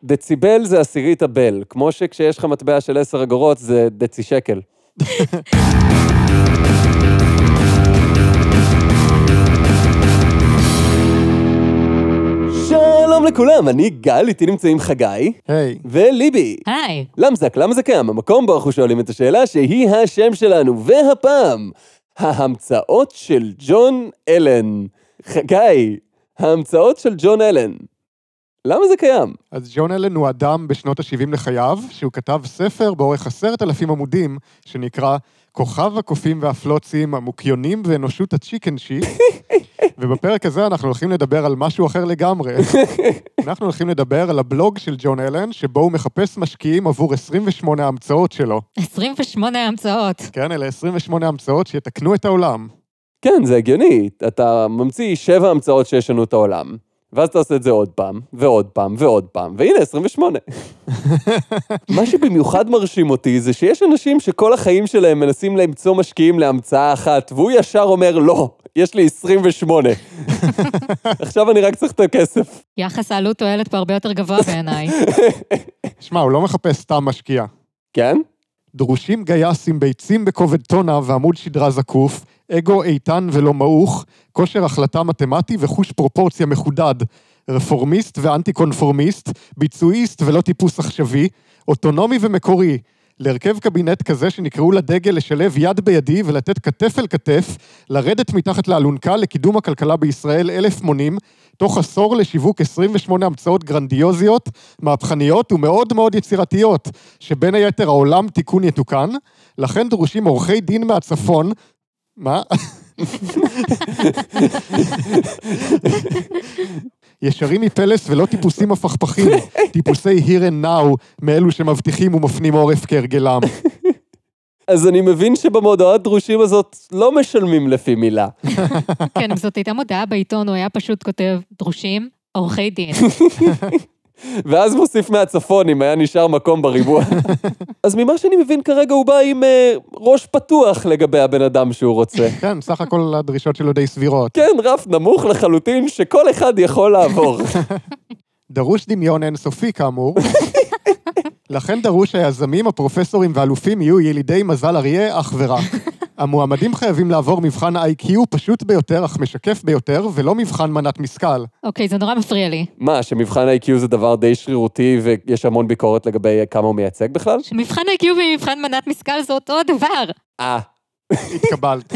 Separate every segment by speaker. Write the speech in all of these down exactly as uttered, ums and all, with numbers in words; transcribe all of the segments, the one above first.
Speaker 1: דציבל זה עשירית הבל, כמו שכשיש לך מטבע של עשר אגורות זה דצי שקל. שלום לכולם, אני גל, איתי נמצאים חגי.
Speaker 2: היי.
Speaker 1: וליבי.
Speaker 3: היי.
Speaker 1: למזק, למה זה קיים? המקום בו אנחנו שואלים את השאלה שהיא השם שלנו, והפעם, ההמצאות של ג'ון אלן. חגי, ההמצאות של ג'ון אלן. למה זה קיים?
Speaker 2: אז ג'ון אלן הוא אדם בשנות ה-שבעים לחייו, שהוא כתב ספר באורך עשרת אלפים עמודים, שנקרא כוכב הקופים והפלוצים, המוקיונים ואנושות הצ'יקן שיט, ובפרק הזה אנחנו הולכים לדבר על משהו אחר לגמרי. אנחנו הולכים לדבר על הבלוג של ג'ון אלן, שבו הוא מחפש משקיעים עבור עשרים ושמונה המצאות שלו.
Speaker 3: עשרים ושמונה המצאות.
Speaker 2: כן, אלה עשרים ושמונה המצאות שיתקנו את העולם.
Speaker 1: כן, זה הגיוני. אתה ממציא שבע המצאות שישנו את העולם. ואז אתה עושה את זה עוד פעם, ועוד פעם, ועוד פעם, והנה, עשרים ושמונה. מה שבמיוחד מרשים אותי, זה שיש אנשים שכל החיים שלהם מנסים למצוא משקיעים להמצאה אחת, והוא ישר אומר, לא, יש לי עשרים ושמונה. עכשיו אני רק צריך את הכסף.
Speaker 3: יחס העלות תועלת פה הרבה יותר גבוה בעיניי.
Speaker 2: שמע, הוא לא מחפש סתם משקיע.
Speaker 1: כן?
Speaker 2: דרושים גייסים, ביצים בכובד טונה ועמוד שדרה זקוף, אגו איתן ולא מעוך, כושר החלטה מתמטי וחוש פרופורציה מחודד, רפורמיסט ואנטי-קונפורמיסט, ביצועיסט ולא טיפוס עכשווי, אוטונומי ומקורי, להרכב קבינט כזה שנקראו לדגל לשלב יד בידי ולתת כתף אל כתף, לרדת מתחת לאלונקה לקידום הכלכלה בישראל אלף מונים, תוך עשור לשיווק עשרים ושמונה המצאות גרנדיוזיות, מהפכניות ומאוד מאוד יצירתיות, שבין היתר העולם תיקון יתוקן, לכן דרושים עורכי דין מהצפון, מה? ישרים מפלס ולא טיפוסים הפכפכים, טיפוסי here and now, מאלו שמבטיחים ומפנים עורף כהרגלם.
Speaker 1: אז אני מבין שבמודעת דרושים הזאת לא משלמים לפי מילה.
Speaker 3: כן, אם זאת הייתה מודעה בעיתון, הוא היה פשוט כותב דרושים, עורכי דין.
Speaker 1: ואז מוסיף מהצפון, אם היה נשאר מקום בריבוע. אז ממה שאני מבין כרגע, הוא בא עם uh, ראש פתוח לגבי הבן אדם שהוא רוצה.
Speaker 2: כן, סך הכל הדרישות שלו די סבירות.
Speaker 1: כן, רף נמוך לחלוטין, שכל אחד יכול לעבור.
Speaker 2: דרוש דמיון אינסופי כאמור. לכן דרוש היזמים, הפרופסורים והאלופים יהיו ילידי מזל אריה אך ורק. המועמדים חייבים לעבור מבחן איי קיו פשוט ביותר, אך משקף ביותר, ולא מבחן מנת משכל.
Speaker 3: אוקיי, זה נורא מפריע לי.
Speaker 1: מה, שמבחן איי קיו זה דבר די שרירותי, ויש המון ביקורת לגבי כמה הוא מייצג בכלל?
Speaker 3: שמבחן איי קיו ומבחן מנת משכל זה אותו דבר.
Speaker 1: אה.
Speaker 2: התקבלת.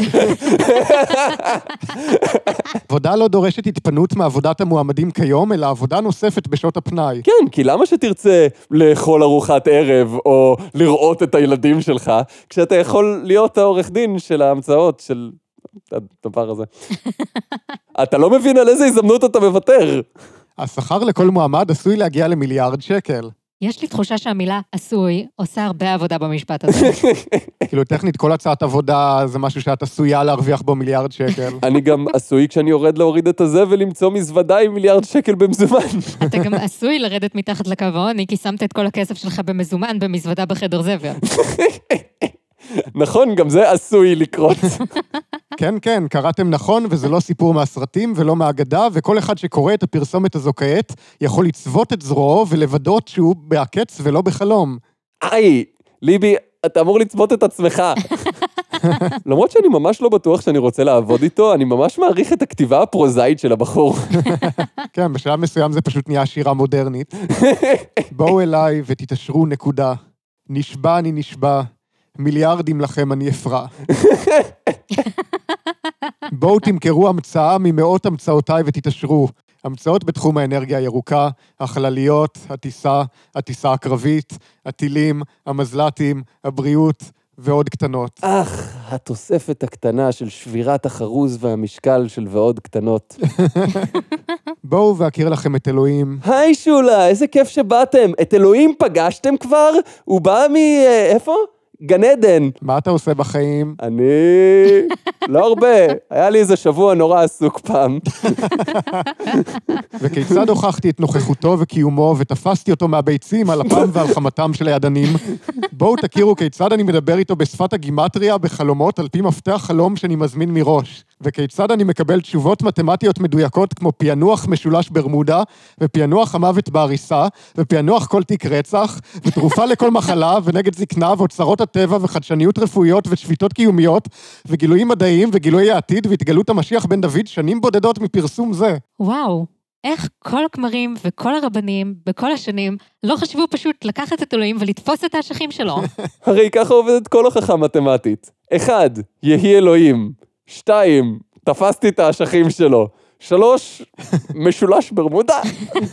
Speaker 2: עבודה לא דורשת התפנות מעבודת המועמדים כיום, אלא עבודה נוספת בשעות הפנאי.
Speaker 1: כן, כי למה שתרצה לאכול ארוחת ערב, או לראות את הילדים שלך, כשאתה יכול להיות העורך דין של ההמצאות של הדבר הזה. אתה לא מבין על איזה הזדמנות אתה מוותר.
Speaker 2: השכר לכל מועמד עשוי להגיע למיליארד שקל.
Speaker 3: יש לי תחושה שהמילה עשוי עושה הרבה עבודה במשפט הזה.
Speaker 2: כאילו, טכנית, כל הצעת עבודה זה משהו שאת עשויה להרוויח בו מיליארד שקל.
Speaker 1: אני גם עשוי כשאני יורד להוריד את הזה ולמצוא מזוודה עם מיליארד שקל במזומן.
Speaker 3: אתה גם עשוי לרדת מתחת לקו העוני, כי שמת את כל הכסף שלך במזומן במזוודה בחדר זבל.
Speaker 1: נכון, גם זה עשוי לקרות.
Speaker 2: כן, כן, קראתם נכון, וזה לא סיפור מהסרטים ולא מהאגדה, וכל אחד שקורא את הפרסומת הזו כעת, יכול לצוות את זרועו ולוודות שהוא בעקץ ולא בחלום.
Speaker 1: איי, ליבי, אתה אמור לצוות את עצמך. למרות שאני ממש לא בטוח שאני רוצה לעבוד איתו, אני ממש מעריך את הכתיבה הפרוזאית של הבחור.
Speaker 2: כן, בשלב מסוים זה פשוט נהיה שירה מודרנית. בואו אליי ותתעשרו נקודה. נשבע אני נשבע. מיליארדים לכם אני אפרע. בואו תמכרו המצאה ממאות המצאותיי ותתעשרו. המצאות בתחום האנרגיה הירוקה, החלליות, הטיסה, הטיסה הקרבית, הטילים, המזל"טים, הבריאות ועוד קטנות.
Speaker 1: אך, התוספת הקטנה של שבירת החרוז והמשקל של ועוד קטנות.
Speaker 2: בואו ואכיר לכם את אלוהים.
Speaker 1: היי שולה, איזה כיף שבאתם. את אלוהים פגשתם כבר? הוא בא מ... איפה? גן עדן.
Speaker 2: מה אתה עושה בחיים?
Speaker 1: אני... לא הרבה. היה לי איזה שבוע נורא עסוק פעם.
Speaker 2: וכיצד הוכחתי את נוכחותו וקיומו, ותפסתי אותו מהביצים על אפם ועל חמתם של הידנים? בואו תכירו כיצד אני מדבר איתו בשפת הגימטריה בחלומות, על פי מפתח חלום שאני מזמין מראש. וכיצד אני מקבל תשובות מתמטיות מדויקות כמו פענוח משולש ברמודה, ופענוח המוות בעריסה, ופענוח כל תיק רצח, ותרופה לכל מחלה, ונגד זקנה, ואוצרות הטבע, וחדשניות רפואיות, ושביתות קיומיות, וגילויים מדעיים, וגילויי העתיד, והתגלות המשיח בן דוד שנים בודדות מפרסום זה.
Speaker 3: וואו, איך כל הכמרים וכל הרבנים בכל השנים לא חשבו פשוט לקחת את אלוהים ולתפוס את האשכים שלו?
Speaker 1: הרי ככה עובדת כל הוכחה מתמטית. אחד, יהי אלוהים. שתיים, תפסתי את האשכים שלו. שלוש, משולש ברמודה.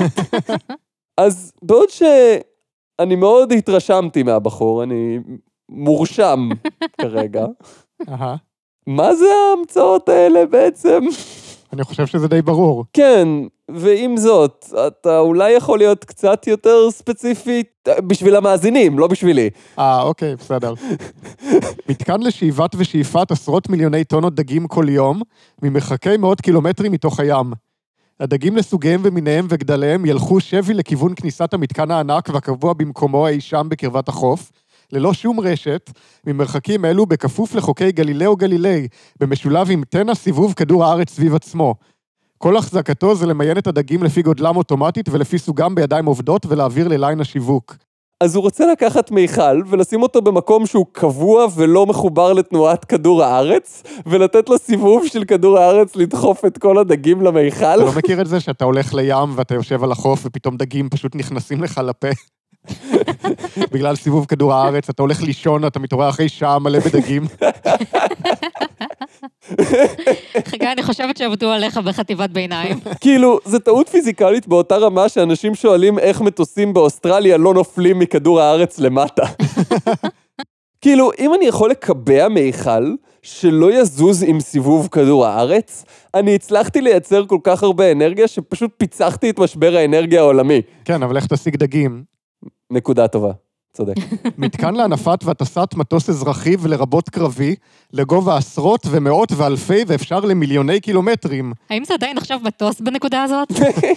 Speaker 1: אז בעוד שאני מאוד התרשמתי מהבחור, אני מורשם כרגע. מה זה ההמצאות האלה בעצם?
Speaker 2: אני חושב שזה די ברור.
Speaker 1: כן, ועם זאת, אתה אולי יכול להיות קצת יותר ספציפית, בשביל המאזינים, לא בשבילי.
Speaker 2: אה, אוקיי, בסדר. מתקן לשאיבת ושאיפת עשרות מיליוני טונות דגים כל יום, ממרחקי מאות קילומטרים מתוך הים. הדגים לסוגיהם ומיניהם וגדליהם ילכו שבי לכיוון כניסת המתקן הענק והקבוע במקומו אי שם בקרבת החוף, ללא שום רשת, ממרחקים אלו בכפוף לחוקי גלילאו גלילי, במשולב עם תנע סיבוב כדור הארץ סביב עצמו. כל החזקתו זה למיין את הדגים לפי גודלם אוטומטית ולפי סוגם בידיים עובדות ולהעביר לליין השיווק.
Speaker 1: אז הוא רוצה לקחת מיכל ולשים אותו במקום שהוא קבוע ולא מחובר לתנועת כדור הארץ, ולתת לו סיבוב של כדור הארץ לדחוף את כל הדגים למיכל.
Speaker 2: אתה לא מכיר את זה שאתה הולך לים ואתה יושב על החוף ופתאום דגים פשוט נכנסים לך לפה? בגלל סיבוב כדור הארץ, אתה הולך לישון, אתה מתעורר אחרי שעה מלא בדגים.
Speaker 3: חגי, אני חושבת שעבדו עליך בחטיבת ביניים.
Speaker 1: כאילו, זה טעות פיזיקלית באותה רמה שאנשים שואלים איך מטוסים באוסטרליה לא נופלים מכדור הארץ למטה. כאילו, אם אני יכול לקבע מיכל שלא יזוז עם סיבוב כדור הארץ, אני הצלחתי לייצר כל כך הרבה אנרגיה שפשוט פיצחתי את משבר האנרגיה העולמי.
Speaker 2: כן, אבל איך תשיג דגים?
Speaker 1: נקודה טובה, צודק.
Speaker 2: מתקן להנפת והטסת מטוס אזרחי ולרבות קרבי, לגובה עשרות ומאות ואלפי ואפשר למיליוני קילומטרים.
Speaker 3: האם זה עדיין עכשיו מטוס בנקודה הזאת?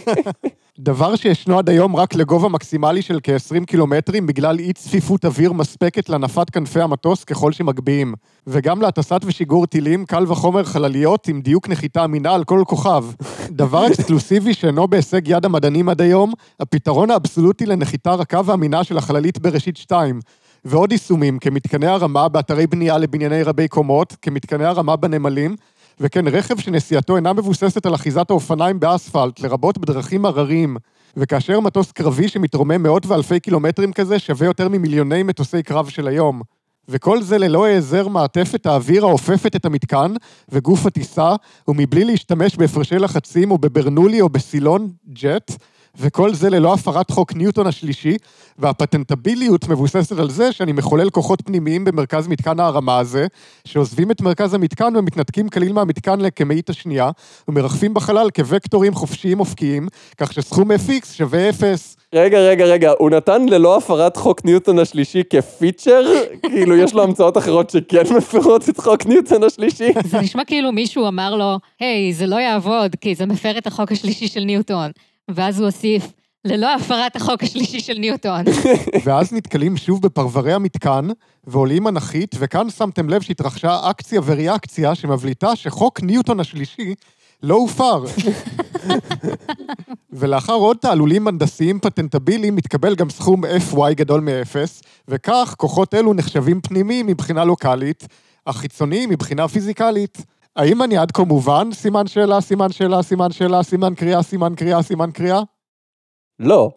Speaker 2: דבר שישנו עד היום רק לגובה מקסימלי של כ-עשרים קילומטרים, בגלל אי צפיפות אוויר מספקת להנפת כנפי המטוס ככל שמגביהים. וגם להטסת ושיגור טילים, קל וחומר חלליות עם דיוק נחיתה אמינה על כל כוכב. דבר אקסקלוסיבי שאינו בהישג יד המדענים עד היום, הפתרון האבסולוטי לנחיתה רכה ואמינה של החללית בראשית שתיים. ועוד יישומים כמתקני הרמה באתרי בנייה לבנייני רבי קומות, כמתקני הרמה בנמלים, וכן רכב שנסיעתו אינה מבוססת על אחיזת האופניים באספלט, לרבות בדרכים הרריים. וכאשר מטוס קרבי שמתרומם מאות ואלפי קילומטרים כזה, שווה יותר ממיליוני מטוסי קרב של היום. וכל זה ללא העזר מעטפת האוויר האופפת את המתקן וגוף הטיסה, ומבלי להשתמש בהפרשי לחצים או בברנולי או בסילון ג'ט, וכל זה ללא הפרת חוק ניוטון השלישי, והפטנטביליות מבוססת על זה שאני מחולל כוחות פנימיים במרכז מתקן ההרמה הזה, שעוזבים את מרכז המתקן ומתנתקים כליל מהמתקן לכמאית השנייה, ומרחפים בחלל כווקטורים חופשיים אופקיים, כך שסכום F X שווה אפס.
Speaker 1: רגע, רגע, רגע, הוא נתן ללא הפרת חוק ניוטון השלישי כפיצ'ר? כאילו יש לו המצאות אחרות שכן מפרות את חוק ניוטון השלישי?
Speaker 3: זה נשמע כאילו מישהו אמר לו, היי, זה לא יעבוד, כי זה מפר את החוק השלישי של ניוטון. ואז הוא הוסיף, ללא הפרת החוק השלישי של ניוטון.
Speaker 2: ואז נתקלים שוב בפרברי המתקן, ועולים אנכית, וכאן שמתם לב שהתרחשה אקציה וריאקציה, שמבליטה שחוק ניוטון השלישי לא הופר. ולאחר עוד תעלולים הנדסיים פטנטביליים, מתקבל גם סכום F Y גדול מאפס, וכך כוחות אלו נחשבים פנימיים מבחינה לוקלית, החיצוניים מבחינה פיזיקלית. האם אני עד כה מובן? סימן שאלה, סימן שאלה, סימן שאלה, סימן קריאה, סימן קריאה, סימן קריאה?
Speaker 1: לא.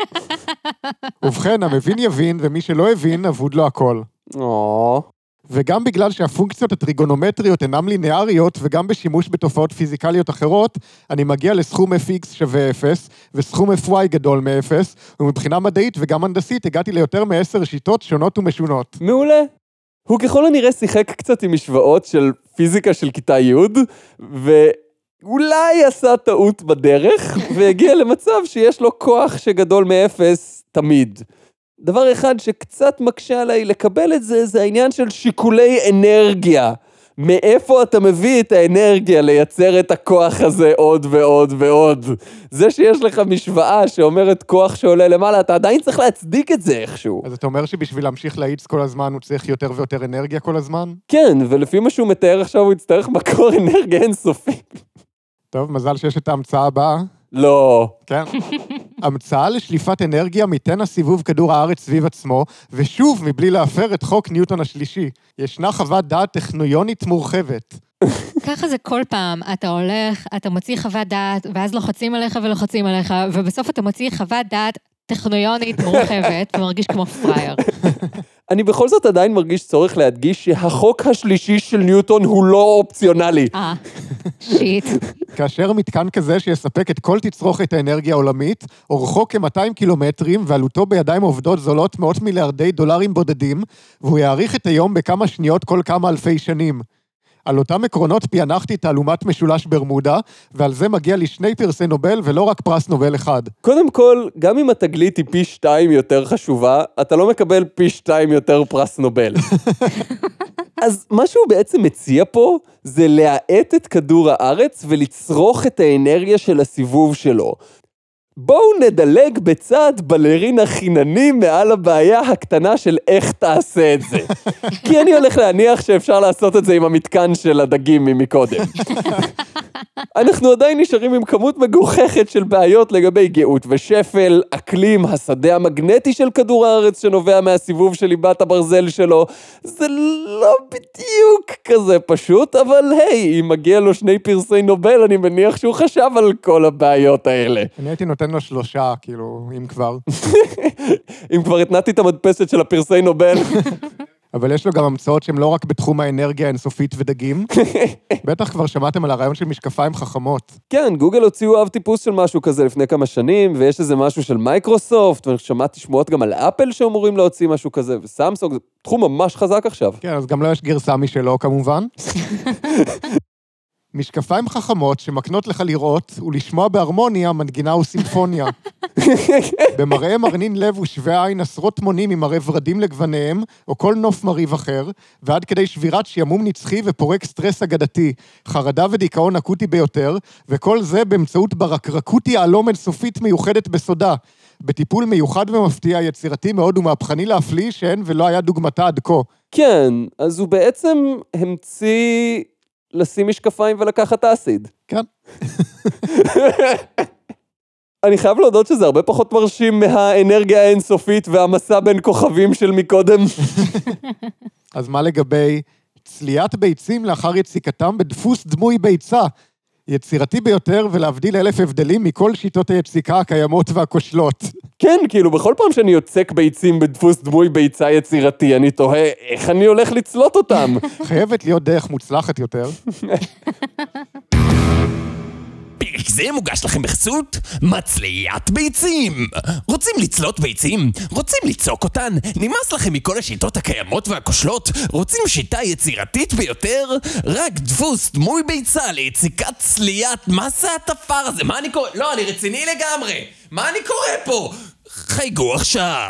Speaker 2: ובכן, המבין יבין, ומי שלא הבין, אבוד לו הכל.
Speaker 1: או.
Speaker 2: וגם בגלל שהפונקציות הטריגונומטריות אינן ליניאריות, וגם בשימוש בתופעות פיזיקליות אחרות, אני מגיע לסכום F X שווה אפס, וסכום F Y גדול מאפס, ומבחינה מדעית וגם הנדסית הגעתי ליותר מעשר שיטות שונות ומשונות.
Speaker 1: מעולה. הוא ככל הנראה שיחק קצת עם משוואות של פיזיקה של כיתה י' ואולי עשה טעות בדרך, והגיע למצב שיש לו כוח שגדול מאפס תמיד. דבר אחד שקצת מקשה עליי לקבל את זה, זה העניין של שיקולי אנרגיה. מאיפה אתה מביא את האנרגיה לייצר את הכוח הזה עוד ועוד ועוד? זה שיש לך משוואה שאומרת כוח שעולה למעלה, אתה עדיין צריך להצדיק את זה איכשהו.
Speaker 2: אז אתה אומר שבשביל להמשיך להאיץ כל הזמן, הוא צריך יותר ויותר אנרגיה כל הזמן?
Speaker 1: כן, ולפי מה שהוא מתאר עכשיו, הוא יצטרך מקור אנרגיה אינסופי.
Speaker 2: טוב, מזל שיש את ההמצאה הבאה.
Speaker 1: לא.
Speaker 2: כן. המצאה לשליפת אנרגיה מתן הסיבוב כדור הארץ סביב עצמו, ושוב מבלי להפר את חוק ניוטון השלישי. ישנה חוות דעת טכנויונית מורחבת.
Speaker 3: ככה זה כל פעם, אתה הולך, אתה מוציא חוות דעת, ואז לוחצים עליך ולוחצים עליך, ובסוף אתה מוציא חוות דעת טכנויונית מורחבת, ומרגיש כמו פרייר.
Speaker 1: אני בכל זאת עדיין מרגיש צורך להדגיש שהחוק השלישי של ניוטון הוא לא אופציונלי.
Speaker 3: אה, שיט.
Speaker 2: כאשר מתקן כזה שיספק את כל תצרוכת האנרגיה העולמית, אורכו כ-מאתיים קילומטרים ועלותו בידיים עובדות זולות מאות מיליארדי דולרים בודדים, והוא יאריך את היום בכמה שניות כל כמה אלפי שנים. על אותם עקרונות פענחתי תעלומת משולש ברמודה, ועל זה מגיע לי שני פרסי נובל ולא רק פרס נובל אחד.
Speaker 1: קודם כל, גם אם התגלית היא פי שתיים יותר חשובה, אתה לא מקבל פי שתיים יותר פרס נובל. אז מה שהוא בעצם מציע פה, זה להאט את כדור הארץ ולצרוך את האנרגיה של הסיבוב שלו. בואו נדלג בצד בלרינה חינני מעל הבעיה הקטנה של איך תעשה את זה. כי אני הולך להניח שאפשר לעשות את זה עם המתקן של הדגים ממקודם. אנחנו עדיין נשארים עם כמות מגוחכת של בעיות לגבי גאות ושפל, אקלים, השדה המגנטי של כדור הארץ שנובע מהסיבוב של ליבת הברזל שלו. זה לא בדיוק כזה פשוט, אבל היי, אם מגיע לו שני פרסי נובל, אני מניח שהוא חשב על כל הבעיות האלה.
Speaker 2: אני הייתי נותן לו שלושה, כאילו, אם כבר.
Speaker 1: אם כבר התנעתי את המדפסת של הפרסי נובל.
Speaker 2: אבל יש לו גם המצאות שהן לא רק בתחום האנרגיה האינסופית ודגים. בטח כבר שמעתם על הרעיון של משקפיים חכמות.
Speaker 1: כן, גוגל הוציאו אב טיפוס של משהו כזה לפני כמה שנים, ויש איזה משהו של מייקרוסופט, ושמעתי שמועות גם על אפל שאמורים להוציא משהו כזה, וסמסונג, זה תחום ממש חזק עכשיו.
Speaker 2: כן, אז גם לא יש גרסה משלו כמובן. משקפיים חכמות שמקנות לך לראות ולשמוע בהרמוניה מנגינה וסימפוניה. במראה מרנין לב ושווה עין עשרות מונים עם מראה ורדים לגווניהם, או כל נוף מריב אחר, ועד כדי שבירת שימום נצחי ופורק סטרס אגדתי, חרדה ודיכאון אקוטי ביותר, וכל זה באמצעות ברקרקות יעלום אינסופית מיוחדת בסודה, בטיפול מיוחד ומפתיע, יצירתי מאוד ומהפכני להפליא שאין ולא היה דוגמתה עד כה.
Speaker 1: כן, אז הוא בעצם המציא לשים משקפיים ולקחת אסיד.
Speaker 2: כן.
Speaker 1: אני חייב להודות שזה הרבה פחות מרשים מהאנרגיה האינסופית והמסע בין כוכבים של מקודם.
Speaker 2: אז מה לגבי צליית ביצים לאחר יציקתם בדפוס דמוי ביצה? יצירתי ביותר ולהבדיל אלף הבדלים מכל שיטות היציקה הקיימות והכושלות.
Speaker 1: כן, כאילו בכל פעם שאני יוצק ביצים בדפוס דמוי ביצה יצירתי, אני תוהה איך אני הולך לצלות אותם.
Speaker 2: חייבת להיות דרך מוצלחת יותר.
Speaker 4: פרק זה מוגש לכם בחסות מצליית ביצים. רוצים לצלות ביצים? רוצים ליצוק אותן? נמאס לכם מכל השיטות הקיימות והכושלות? רוצים שיטה יצירתית ביותר? רק דפוס דמוי ביצה ליציקת צליית. מה זה התפר הזה? מה אני קורא? לא, אני רציני לגמרי. מה אני קורא פה? חייגו עכשיו.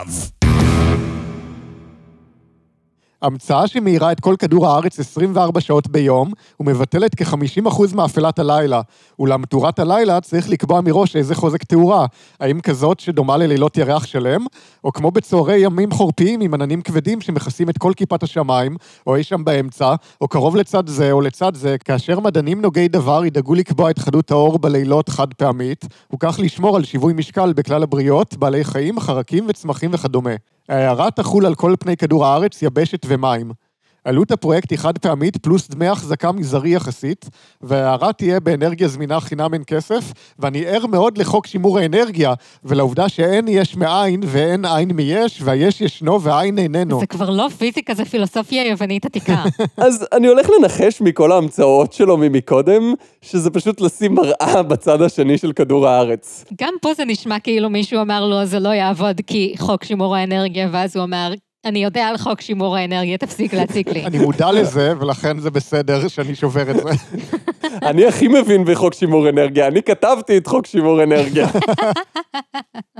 Speaker 2: המצאה שמאירה את כל כדור הארץ עשרים וארבע שעות ביום, ומבטלת כ-חמישים אחוז מאפלת הלילה. אולם תאורת הלילה צריך לקבוע מראש איזה חוזק תאורה. האם כזאת שדומה ללילות ירח שלם, או כמו בצהרי ימים חורפיים עם עננים כבדים שמכסים את כל כיפת השמיים, או אי שם באמצע, או קרוב לצד זה או לצד זה, כאשר מדענים נוגעי דבר ידאגו לקבוע את חדות האור בלילות חד פעמית, וכך לשמור על שיווי משקל בכלל הבריות, בעלי חיים, חרקים וצמחים וכדומה. ההערה תחול על כל פני כדור הארץ, יבשת ומים. עלות הפרויקט היא חד פעמית פלוס דמי החזקה מזערי יחסית, וההערה תהיה באנרגיה זמינה חינם אין כסף, ואני ער מאוד לחוק שימור האנרגיה, ולעובדה שאין יש מאין ואין עין מיש, והיש ישנו והעין איננו.
Speaker 3: זה כבר לא פיזיקה, זה פילוסופיה יוונית עתיקה.
Speaker 1: אז אני הולך לנחש מכל ההמצאות שלו ממקודם, שזה פשוט לשים מראה בצד השני של כדור הארץ.
Speaker 3: גם פה זה נשמע כאילו מישהו אמר לו, זה לא יעבוד כי חוק שימור האנרגיה, ואז הוא אמר, אני יודע על חוק שימור האנרגיה, תפסיק להציק לי.
Speaker 2: אני מודע לזה, ולכן זה בסדר שאני שובר את זה.
Speaker 1: אני הכי מבין בחוק שימור אנרגיה, אני כתבתי את חוק שימור אנרגיה.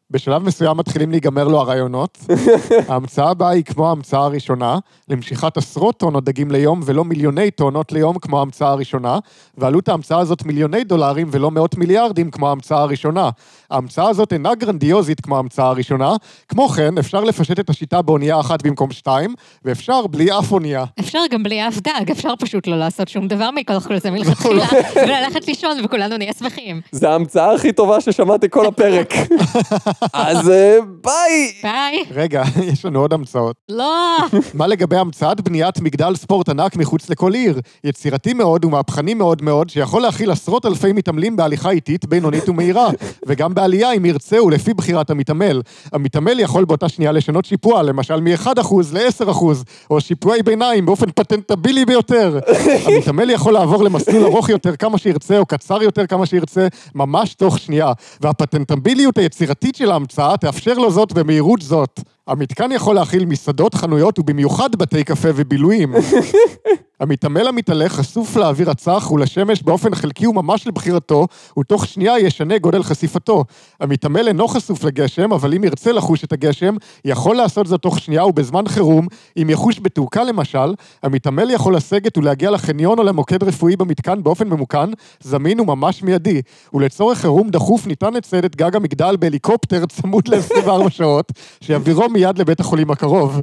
Speaker 2: בשלב מסוים מתחילים להיגמר לו הרעיונות. ההמצאה הבאה היא כמו ההמצאה הראשונה, למשיכת עשרות טונות דגים ליום ולא מיליוני טונות ליום כמו ההמצאה הראשונה, ועלות ההמצאה הזאת מיליוני דולרים ולא מאות מיליארדים כמו ההמצאה הראשונה. ההמצאה הזאת אינה גרנדיוזית כמו ההמצאה הראשונה, כמו כן אפשר לפשט את השיטה באונייה אחת במקום שתיים, ואפשר בלי אף אונייה.
Speaker 3: אפשר גם בלי אף דג, אפשר פשוט לא לעשות שום דבר מכל כל זה מלכתחילה, וללכת לישון וכולנו נהיה שמחים.
Speaker 1: זה ההמצאה הכי טובה ששמעתי כל הפרק. אז ביי!
Speaker 3: ביי.
Speaker 2: רגע, יש לנו עוד המצאות.
Speaker 3: לא.
Speaker 2: מה לגבי המצאת בניית מגדל ספורט ענק מחוץ לכל עיר? יצירתי מאוד ומהפכני מאוד מאוד, שיכול להכיל עשרות אלפי מתעמלים בהליכה איטית, בינונית ומהירה, וגם בעלייה אם ירצה ולפי בחירת המתעמל. המתעמל יכול באותה שנייה לשנות שיפוע, למשל מ-אחד אחוז ל-עשרה אחוז, או שיפועי ביניים באופן פטנטבילי ביותר. המתעמל יכול לעבור למסלול ארוך יותר כמה שירצה, או קצר יותר כמה שירצה, ממש תוך שנייה. והפטנטביליות היצירתית של ההמצאה תאפשר לו זאת במהירות זאת. המתקן יכול להכיל מסעדות, חנויות ובמיוחד בתי קפה ובילויים. המתעמל המתהלך חשוף לאוויר הצח ולשמש באופן חלקי וממש לבחירתו, ותוך שנייה ישנה גודל חשיפתו. המתעמל אינו חשוף לגשם, אבל אם ירצה לחוש את הגשם, יכול לעשות זאת תוך שנייה ובזמן חירום. אם יחוש בתעוקה למשל, המתעמל יכול לסגת ולהגיע לחניון או למוקד רפואי במתקן באופן ממוכן, זמין וממש מיידי. ולצורך חירום דחוף ניתן לצייד את גג המגדל בהליקופטר צמוד ל-עשרים וארבע שעות, שיעבירו מיד לבית החולים הקרוב.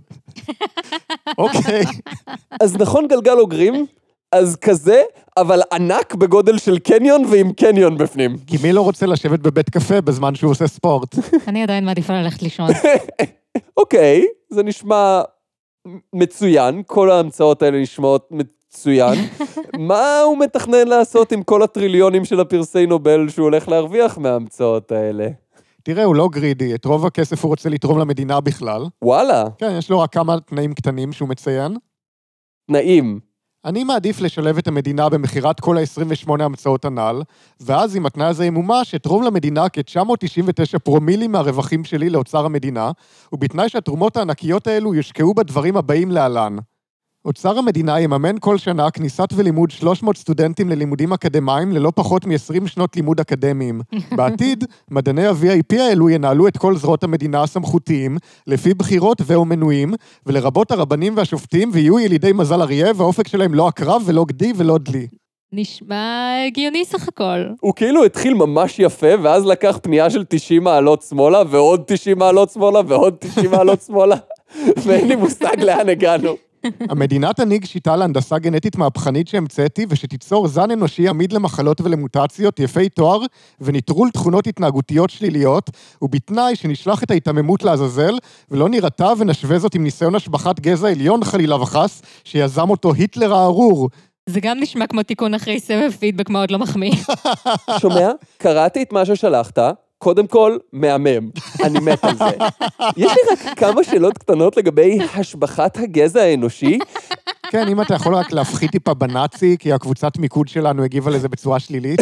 Speaker 2: אוקיי.
Speaker 1: אז נכון גלגל אוגרים, אז כזה, אבל ענק בגודל של קניון ועם קניון בפנים.
Speaker 2: כי מי לא רוצה לשבת בבית קפה בזמן שהוא עושה ספורט?
Speaker 3: אני עדיין מעדיפה ללכת לישון.
Speaker 1: אוקיי, זה נשמע מצוין, כל ההמצאות האלה נשמעות מצוין. מה הוא מתכנן לעשות עם כל הטריליונים של הפרסי נובל שהוא הולך להרוויח מההמצאות האלה?
Speaker 2: תראה, הוא לא גרידי, את רוב הכסף הוא רוצה לתרום למדינה בכלל.
Speaker 1: וואלה.
Speaker 2: כן, יש לו רק כמה תנאים קטנים שהוא מציין.
Speaker 1: תנאים.
Speaker 2: אני מעדיף לשלב את המדינה במחירת כל ה-עשרים ושמונה המצאות הנ"ל, ואז אם התנאי הזה ימומש, אתרום למדינה כ-תשע מאות תשעים ותשע פרומילים מהרווחים שלי לאוצר המדינה, ובתנאי שהתרומות הענקיות האלו יושקעו בדברים הבאים להלן. אוצר המדינה יממן כל שנה כניסת ולימוד שלוש מאות סטודנטים ללימודים אקדמיים ללא פחות מ-עשרים שנות לימוד אקדמיים. בעתיד, מדעני ה-וי איי פי האלו ינהלו את כל זרועות המדינה הסמכותיים, לפי בחירות ו/או מנויים, ולרבות הרבנים והשופטים, ויהיו ילידי מזל אריה, והאופק שלהם לא הקרב ולא גדי ולא דלי.
Speaker 3: נשמע הגיוני סך הכל.
Speaker 1: הוא כאילו התחיל ממש יפה, ואז לקח פנייה של תשעים מעלות שמאלה, ועוד תשעים מעלות שמאלה, ועוד תשעים מעלות שמאלה, ואין לי מושג לאן הגענו.
Speaker 2: המדינה תנהיג שיטה להנדסה גנטית מהפכנית שהמצאתי, ושתיצור זן אנושי עמיד למחלות ולמוטציות, יפי תואר, וניטרול תכונות התנהגותיות שליליות, ובתנאי שנשלח את ההתעממות לעזאזל, ולא נראתה ונשווה זאת עם ניסיון השבחת גזע עליון חלילה וחס, שיזם אותו היטלר הארור.
Speaker 3: זה גם נשמע כמו תיקון אחרי סבב פידבק מאוד לא מחמיא.
Speaker 1: שומע? קראתי את מה ששלחת, קודם כל, מהמם. אני מת על זה. יש לי רק כמה שאלות קטנות לגבי השבחת הגזע האנושי.
Speaker 2: כן, אם אתה יכול רק להפחית טיפה בנאצי, כי הקבוצת מיקוד שלנו הגיבה לזה בצורה שלילית.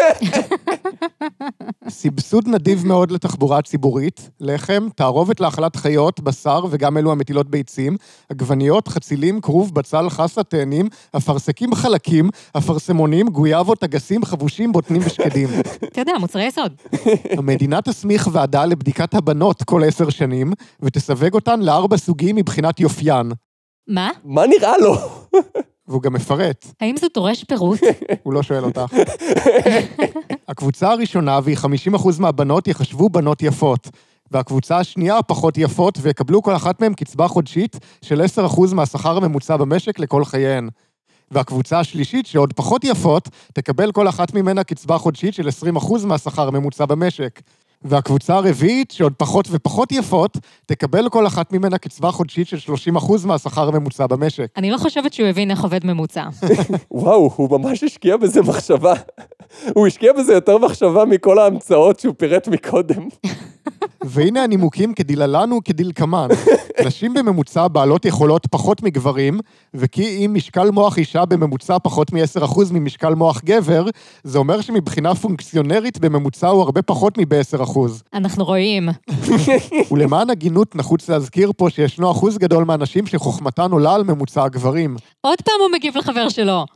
Speaker 2: סבסוד נדיב מאוד לתחבורה הציבורית, לחם, תערובת להאכלת חיות, בשר וגם אלו המטילות ביצים, עגבניות, חצילים, כרוב, בצל, חסה, תאנים, אפרסקים חלקים, אפרסמונים, גויאבות, אגסים, חבושים, בוטנים ושקדים.
Speaker 3: אתה יודע, מוצרי יסוד.
Speaker 2: המדינה תסמיך ועדה לבדיקת הבנות כל עשר שנים, ותסווג אותן לארבע סוגים מבחינת יופיין.
Speaker 3: מה?
Speaker 1: מה נראה לו?
Speaker 2: והוא גם מפרט.
Speaker 3: האם זה דורש פירוט?
Speaker 2: הוא לא שואל אותך. הקבוצה הראשונה, והיא חמישים אחוז מהבנות, יחשבו בנות יפות. והקבוצה השנייה, פחות יפות, ויקבלו כל אחת מהן קצבה חודשית של עשרה אחוז מהשכר הממוצע במשק לכל חייהן. והקבוצה השלישית, שעוד פחות יפות, תקבל כל אחת ממנה קצבה חודשית של עשרים אחוז מהשכר הממוצע במשק. והקבוצה הרביעית, שעוד פחות ופחות יפות, תקבל כל אחת ממנה קצבה חודשית של שלושים אחוז מהשכר הממוצע במשק.
Speaker 3: אני לא חושבת שהוא הבין איך עובד ממוצע.
Speaker 1: וואו, הוא ממש השקיע בזה מחשבה. הוא השקיע בזה יותר מחשבה מכל ההמצאות שהוא פירט מקודם.
Speaker 2: והנה הנימוקים כדיללן וכדלקמן. נשים בממוצע בעלות יכולות פחות מגברים, וכי אם משקל מוח אישה בממוצע פחות מ-עשרה אחוז ממשקל מוח גבר, זה אומר שמבחינה פונקציונרית בממוצע הוא הרבה פחות מ-עשרה אחוז.
Speaker 3: אנחנו רואים.
Speaker 2: ולמען הגינות נחוץ להזכיר פה שישנו אחוז גדול מהנשים שחוכמתן עולה על ממוצע הגברים.
Speaker 3: עוד פעם הוא מגיב לחבר שלו.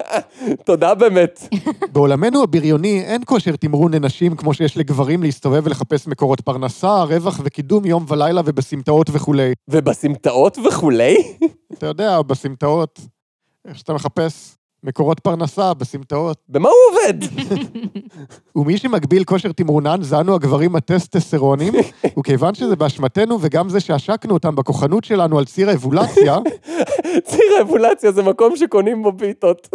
Speaker 1: תודה באמת.
Speaker 2: בעולמנו הבריוני אין כושר תמרון לנשים כמו שיש לגברים להסתובב לחפש מקורות פרנסה, רווח וקידום יום ולילה ובסמטאות וכולי.
Speaker 1: ובסמטאות וכולי?
Speaker 2: אתה יודע, בסמטאות, איך שאתה מחפש מקורות פרנסה, בסמטאות.
Speaker 1: במה הוא עובד?
Speaker 2: ומי שמגביל כושר תמרונן, זה אנו הגברים הטסטסטרונים, וכיוון שזה באשמתנו וגם זה שהשקנו אותם בכוחנות שלנו על ציר האבולציה,
Speaker 1: ציר האבולציה זה מקום שקונים בו פיתות.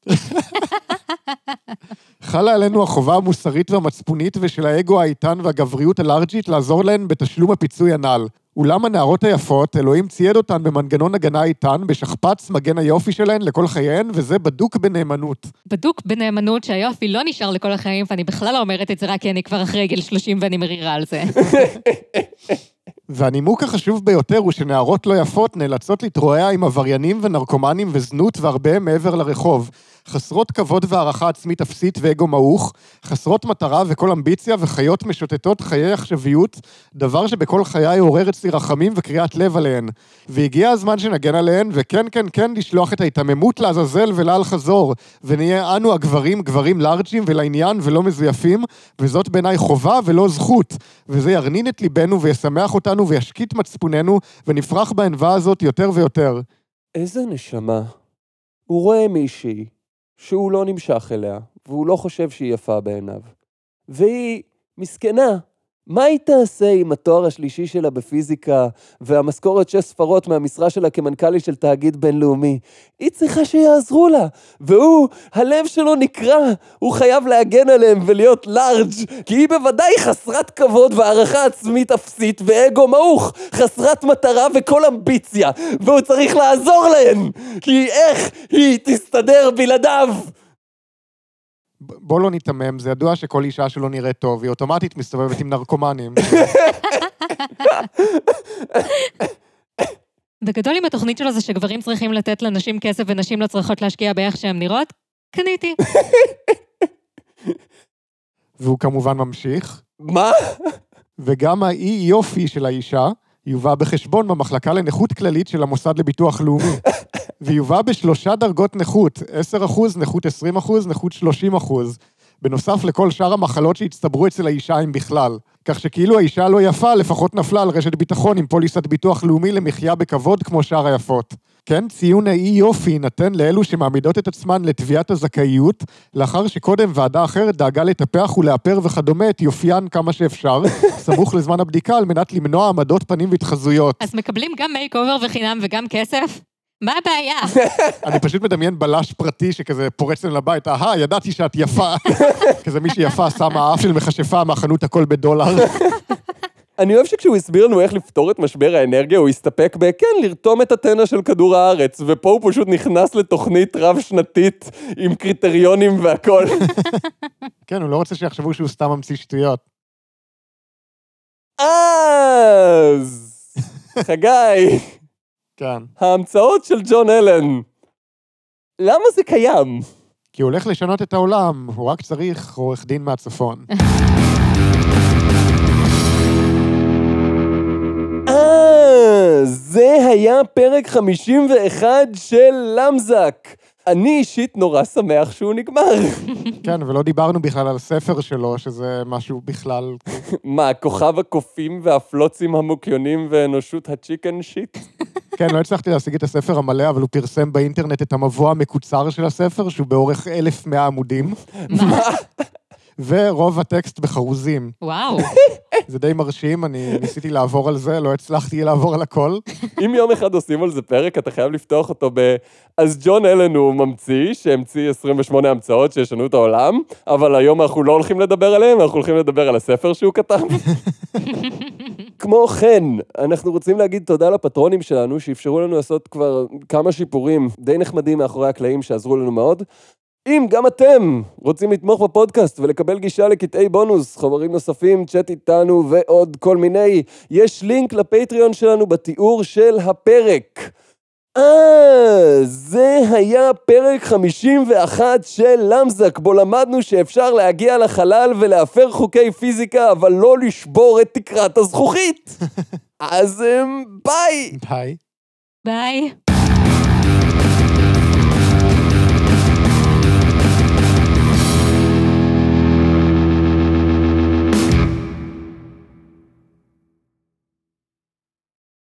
Speaker 2: חלה עלינו החובה המוסרית והמצפונית ושל האגו האיתן והגבריות הלארג'ית לעזור להן בתשלום הפיצוי הנ"ל. אולם הנערות היפות, אלוהים צייד אותן במנגנון הגנה איתן, בשכפץ מגן היופי שלהן לכל חייהן, וזה בדוק בנאמנות.
Speaker 3: בדוק בנאמנות שהיופי לא נשאר לכל החיים, ואני בכלל לא אומרת את זה רק כי אני כבר אחרי גיל שלושים ואני מרירה על זה.
Speaker 2: והנימוק החשוב ביותר הוא שנערות לא יפות נאלצות להתרועע עם עבריינים ונרקומנים וזנות והרבה מעבר לרחוב. חסרות כבוד והערכה עצמית אפסית ואגו מעוך, חסרות מטרה וכל אמביציה וחיות משוטטות חיי עכשוויות, דבר שבכל חיי עורר אצלי רחמים וקריאת לב עליהן. והגיע הזמן שנגן עליהן, וכן כן כן לשלוח את ההתעממות לעזאזל ולעל חזור, ונהיה אנו הגברים גברים לארג'ים ולעניין ולא מזויפים, וזאת בעיניי חובה ולא זכות, וזה ירנין את ליבנו וישמח אותנו וישקיט מצפוננו, ונפרח בענווה הזאת יותר ויותר.
Speaker 1: איזה נשמה. הוא רואה מישהי שהוא לא נמשך אליה, והוא לא חושב שהיא יפה בעיניו. והיא מסכנה. מה היא תעשה עם התואר השלישי שלה בפיזיקה, והמשכורת שש ספרות מהמשרה שלה כמנכ"לית של תאגיד בינלאומי? היא צריכה שיעזרו לה, והוא, הלב שלו נקרא, הוא חייב להגן עליהם ולהיות לארג', כי היא בוודאי חסרת כבוד והערכה עצמית אפסית ואגו מעוך, חסרת מטרה וכל אמביציה, והוא צריך לעזור להן, כי איך היא תסתדר בלעדיו?
Speaker 2: בוא לא נתמם, זה ידוע שכל אישה שלא נראית טוב, היא אוטומטית מסתובבת עם נרקומנים.
Speaker 3: בגדול עם התוכנית שלו זה שגברים צריכים לתת לנשים כסף ונשים לא צריכות להשקיע באיך שהן נראות, קניתי.
Speaker 2: והוא כמובן ממשיך.
Speaker 1: מה?
Speaker 2: וגם האי יופי של האישה יובא בחשבון במחלקה לנכות כללית של המוסד לביטוח לאומי. ויובא בשלושה דרגות נכות, עשרה אחוז, נכות עשרים אחוז, נכות שלושים אחוז, בנוסף לכל שאר המחלות שהצטברו אצל האישה עם בכלל. כך שכאילו האישה לא יפה, לפחות נפלה על רשת ביטחון עם פוליסת ביטוח לאומי למחיה בכבוד כמו שאר היפות. כן, ציון האי יופי נתן לאלו שמעמידות את עצמן לתביעת הזכאיות, לאחר שקודם ועדה אחרת דאגה לטפח ולאפר וכדומה את יופיין כמה שאפשר, סמוך לזמן הבדיקה על מנת למנוע עמדות פנים והתחזויות.
Speaker 3: אז מקבלים גם מייק אובר וחינם וגם כסף? מה הבעיה?
Speaker 2: אני פשוט מדמיין בלש פרטי שכזה פורץ לנו לבית, אהה, ידעתי שאת יפה. כזה מישהי יפה שמה האף של מכשפה מהחנות הכל בדולר.
Speaker 1: אני אוהב שכשהוא הסביר לנו איך לפתור את משבר האנרגיה, הוא הסתפק בכן לרתום את הטנא של כדור הארץ, ופה הוא פשוט נכנס לתוכנית רב-שנתית עם קריטריונים והכל.
Speaker 2: כן, הוא לא רוצה שיחשבו שהוא סתם ממציא שטויות.
Speaker 1: אז, חגי,
Speaker 2: כן.
Speaker 1: ההמצאות של ג'ון אלן, למה זה קיים?
Speaker 2: כי הוא הולך לשנות את העולם, הוא רק צריך עורך דין מהצפון.
Speaker 1: אה, זה היה פרק חמישים ואחת של למזק. אני אישית נורא שמח שהוא נגמר.
Speaker 2: כן, ולא דיברנו בכלל על ספר שלו, שזה משהו בכלל...
Speaker 1: מה, כוכב הקופים והפלוצים המוקיונים ואנושות הצ'יקן שיט?
Speaker 2: כן, לא הצלחתי להשיג את הספר המלא, אבל הוא פרסם באינטרנט את המבוא המקוצר של הספר, שהוא באורך אלף ומאה עמודים.
Speaker 3: מה?
Speaker 2: ורוב הטקסט בחרוזים.
Speaker 3: וואו.
Speaker 2: זה די מרשים, אני ניסיתי לעבור על זה, לא הצלחתי לעבור על הכל.
Speaker 1: אם יום אחד עושים על זה פרק, אתה חייב לפתוח אותו ב... אז ג'ון אלן הוא ממציא, שהמציא עשרים ושמונה המצאות שישנו את העולם, אבל היום אנחנו לא הולכים לדבר עליהם, אנחנו הולכים לדבר על הספר שהוא כתב. כמו כן, אנחנו רוצים להגיד תודה לפטרונים שלנו, שאפשרו לנו לעשות כבר כמה שיפורים די נחמדים מאחורי הקלעים שעזרו לנו מאוד. אם גם אתם רוצים לתמוך בפודקאסט ולקבל גישה לקטעי בונוס, חומרים נוספים, צ'אט איתנו ועוד כל מיני, יש לינק לפטריון שלנו בתיאור של הפרק. אה, זה היה פרק חמישים ואחת של למזק, בו למדנו שאפשר להגיע לחלל ולהפר חוקי פיזיקה, אבל לא לשבור את תקרת הזכוכית. אז ביי!
Speaker 2: ביי.
Speaker 3: ביי.